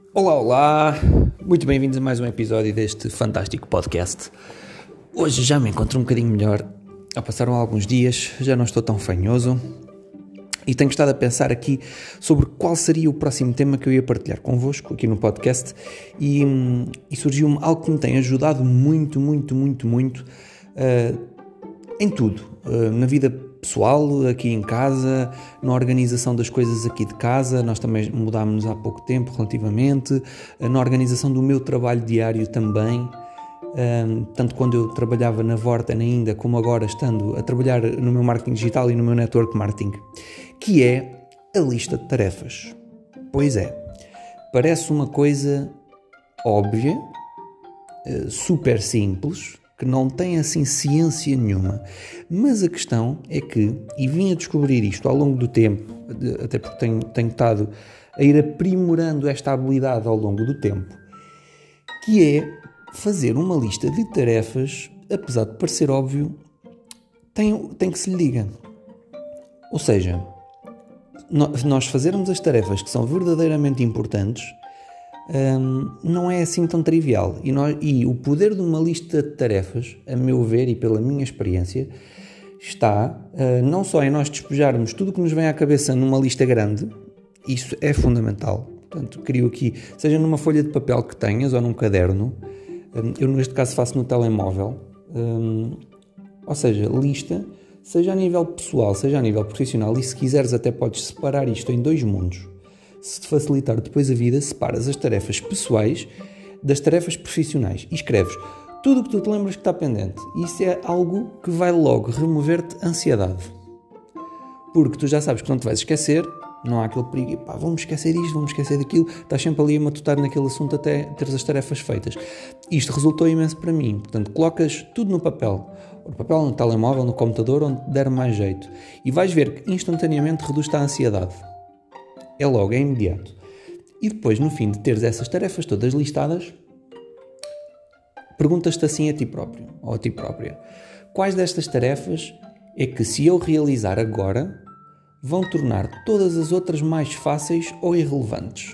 Olá, olá! Muito bem-vindos a mais um episódio deste fantástico podcast. Hoje já me encontro um bocadinho melhor. Já passaram alguns dias, já não estou tão fanhoso e tenho estado a pensar aqui sobre qual seria o próximo tema que eu ia partilhar convosco aqui no podcast e surgiu-me algo que me tem ajudado muito em tudo, na vida pessoal, aqui em casa, na organização das coisas aqui de casa. Nós também mudámos-nos há pouco tempo relativamente, na organização do meu trabalho diário também, tanto quando eu trabalhava na Vorten ainda, como agora estando a trabalhar no meu marketing digital e no meu network marketing, que é a lista de tarefas. Pois é, parece uma coisa óbvia, super simples, que não tem assim ciência nenhuma, mas a questão é que, e vim a descobrir isto ao longo do tempo, até porque tenho estado a ir aprimorando esta habilidade ao longo do tempo, que é fazer uma lista de tarefas, apesar de parecer óbvio, tem que se lhe diga. Ou seja, nós fazermos as tarefas que são verdadeiramente importantes, não é assim tão trivial. E o poder de uma lista de tarefas, a meu ver e pela minha experiência, está não só em nós despejarmos tudo o que nos vem à cabeça numa lista grande. Isso é fundamental. Portanto, crio aqui, seja numa folha de papel que tenhas ou num caderno, eu neste caso faço no telemóvel, ou seja, lista, seja a nível pessoal, seja a nível profissional, e se quiseres até podes separar isto em dois mundos. Se te facilitar depois a vida, separas as tarefas pessoais das tarefas profissionais e escreves tudo o que tu te lembras que está pendente. Isso é algo que vai logo remover-te ansiedade. Porque tu já sabes que não te vais esquecer, não há aquele perigo, vamos esquecer isto, vamos esquecer daquilo, estás sempre ali a matutar naquele assunto até teres as tarefas feitas. Isto resultou imenso para mim. Portanto, colocas tudo no papel, no telemóvel, no computador, onde der mais jeito. E vais ver que instantaneamente reduz-te a ansiedade. É logo, é imediato. E depois, no fim de teres essas tarefas todas listadas, perguntas-te assim a ti próprio ou a ti própria: quais destas tarefas é que, se eu realizar agora, vão tornar todas as outras mais fáceis ou irrelevantes?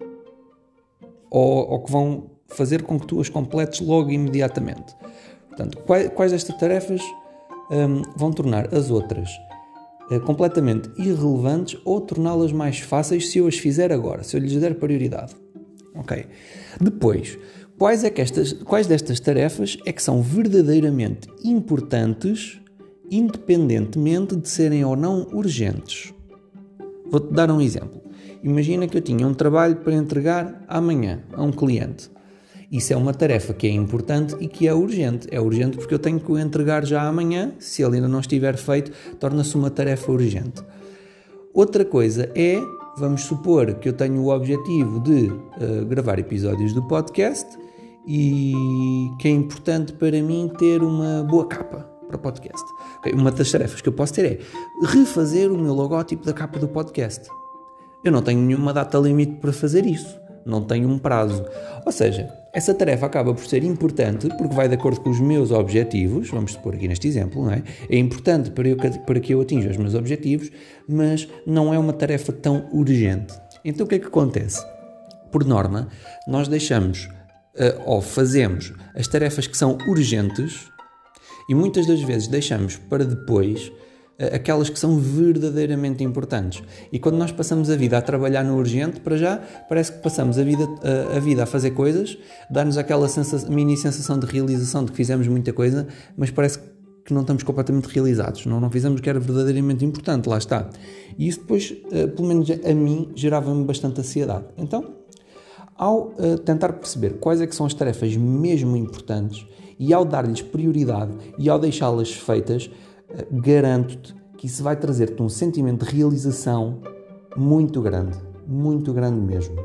Ou que vão fazer com que tu as completes logo imediatamente? Portanto, quais destas tarefas vão tornar as outras completamente irrelevantes ou torná-las mais fáceis se eu as fizer agora, se eu lhes der prioridade? Ok. Depois, quais destas tarefas é que são verdadeiramente importantes, independentemente de serem ou não urgentes? Vou-te dar um exemplo. Imagina que eu tinha um trabalho para entregar amanhã a um cliente. Isso é uma tarefa que é importante e que é urgente. É urgente porque eu tenho que o entregar já amanhã. Se ele ainda não estiver feito, torna-se uma tarefa urgente. Outra coisa é, vamos supor que eu tenho o objetivo de gravar episódios do podcast e que é importante para mim ter uma boa capa para o podcast. Okay? Uma das tarefas que eu posso ter é refazer o meu logótipo da capa do podcast. Eu não tenho nenhuma data limite para fazer isso. Não tenho um prazo. Ou seja, essa tarefa acaba por ser importante porque vai de acordo com os meus objetivos, vamos supor aqui neste exemplo, não é? É importante para que eu atinja os meus objetivos, mas não é uma tarefa tão urgente. Então o que é que acontece? Por norma, nós deixamos ou fazemos as tarefas que são urgentes e muitas das vezes deixamos para depois aquelas que são verdadeiramente importantes. E quando nós passamos a vida a trabalhar no urgente, para já, parece que passamos a vida a fazer coisas, dá-nos aquela mini sensação de realização de que fizemos muita coisa, mas parece que não estamos completamente realizados, não fizemos o que era verdadeiramente importante, lá está. E isso depois, pelo menos a mim, gerava-me bastante ansiedade. Então, ao tentar perceber quais é que são as tarefas mesmo importantes e ao dar-lhes prioridade e ao deixá-las feitas, garanto-te que isso vai trazer-te um sentimento de realização muito grande mesmo.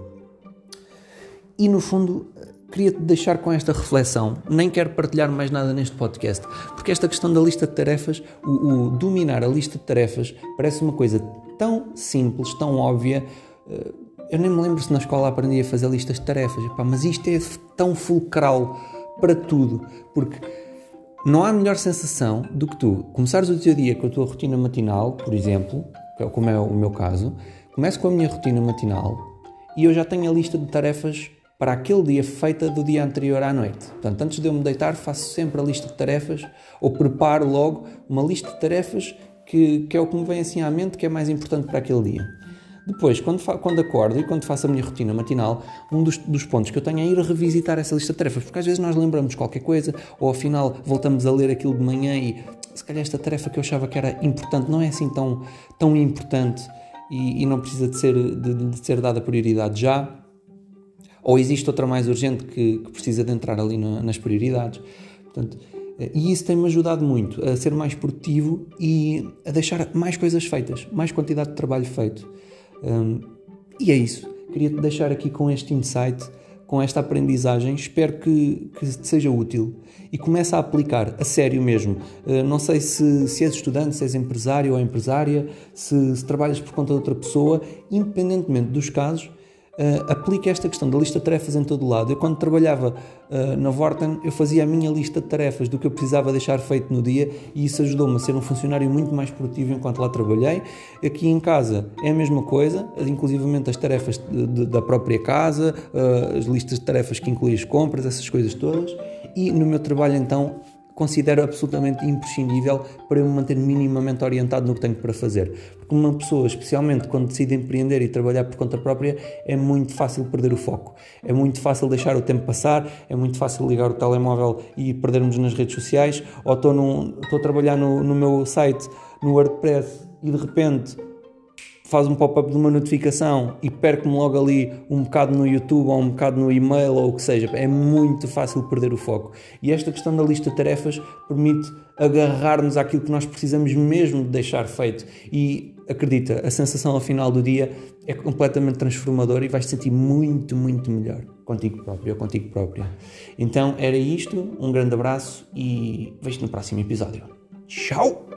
E no fundo, queria-te deixar com esta reflexão. Nem quero partilhar mais nada neste podcast, porque esta questão da lista de tarefas, o dominar a lista de tarefas, parece uma coisa tão simples, tão óbvia. Eu nem me lembro se na escola aprendi a fazer listas de tarefas, mas isto é tão fulcral para tudo, porque não há melhor sensação do que tu começares o teu dia com a tua rotina matinal, por exemplo, como é o meu caso. Começo com a minha rotina matinal e eu já tenho a lista de tarefas para aquele dia feita do dia anterior à noite. Portanto, antes de eu me deitar, faço sempre a lista de tarefas, ou preparo logo uma lista de tarefas que é o que me vem assim à mente, que é mais importante para aquele dia. Depois, quando acordo e quando faço a minha rotina matinal, um dos pontos que eu tenho é ir revisitar essa lista de tarefas, porque às vezes nós lembramos de qualquer coisa, ou afinal voltamos a ler aquilo de manhã e se calhar esta tarefa que eu achava que era importante não é assim tão importante e não precisa de ser dada prioridade já. Ou existe outra mais urgente que precisa de entrar ali nas prioridades. Portanto, e isso tem-me ajudado muito a ser mais produtivo e a deixar mais coisas feitas, mais quantidade de trabalho feito. E é isso. Queria-te deixar aqui com este insight, com esta aprendizagem. Espero que te seja útil e comece a aplicar, a sério mesmo. Não sei se és estudante, se és empresário ou empresária, se trabalhas por conta de outra pessoa, independentemente dos casos, aplique esta questão da lista de tarefas em todo lado. Eu, quando trabalhava na Vorten, eu fazia a minha lista de tarefas do que eu precisava deixar feito no dia e isso ajudou-me a ser um funcionário muito mais produtivo enquanto lá trabalhei. Aqui em casa é a mesma coisa, inclusivamente as tarefas da própria casa, as listas de tarefas que incluem as compras, essas coisas todas. E no meu trabalho, então, considero absolutamente imprescindível para eu me manter minimamente orientado no que tenho para fazer. Porque uma pessoa, especialmente quando decide empreender e trabalhar por conta própria, é muito fácil perder o foco. É muito fácil deixar o tempo passar, é muito fácil ligar o telemóvel e perdermos nas redes sociais, ou estou a trabalhar no meu site, no WordPress, e de repente faz um pop-up de uma notificação e perco-me logo ali um bocado no YouTube ou um bocado no e-mail ou o que seja. É muito fácil perder o foco. E esta questão da lista de tarefas permite agarrar-nos àquilo que nós precisamos mesmo de deixar feito. E acredita, a sensação ao final do dia é completamente transformadora e vais te sentir muito, muito melhor contigo próprio ou contigo própria. Então era isto, um grande abraço e vejo-te no próximo episódio. Tchau!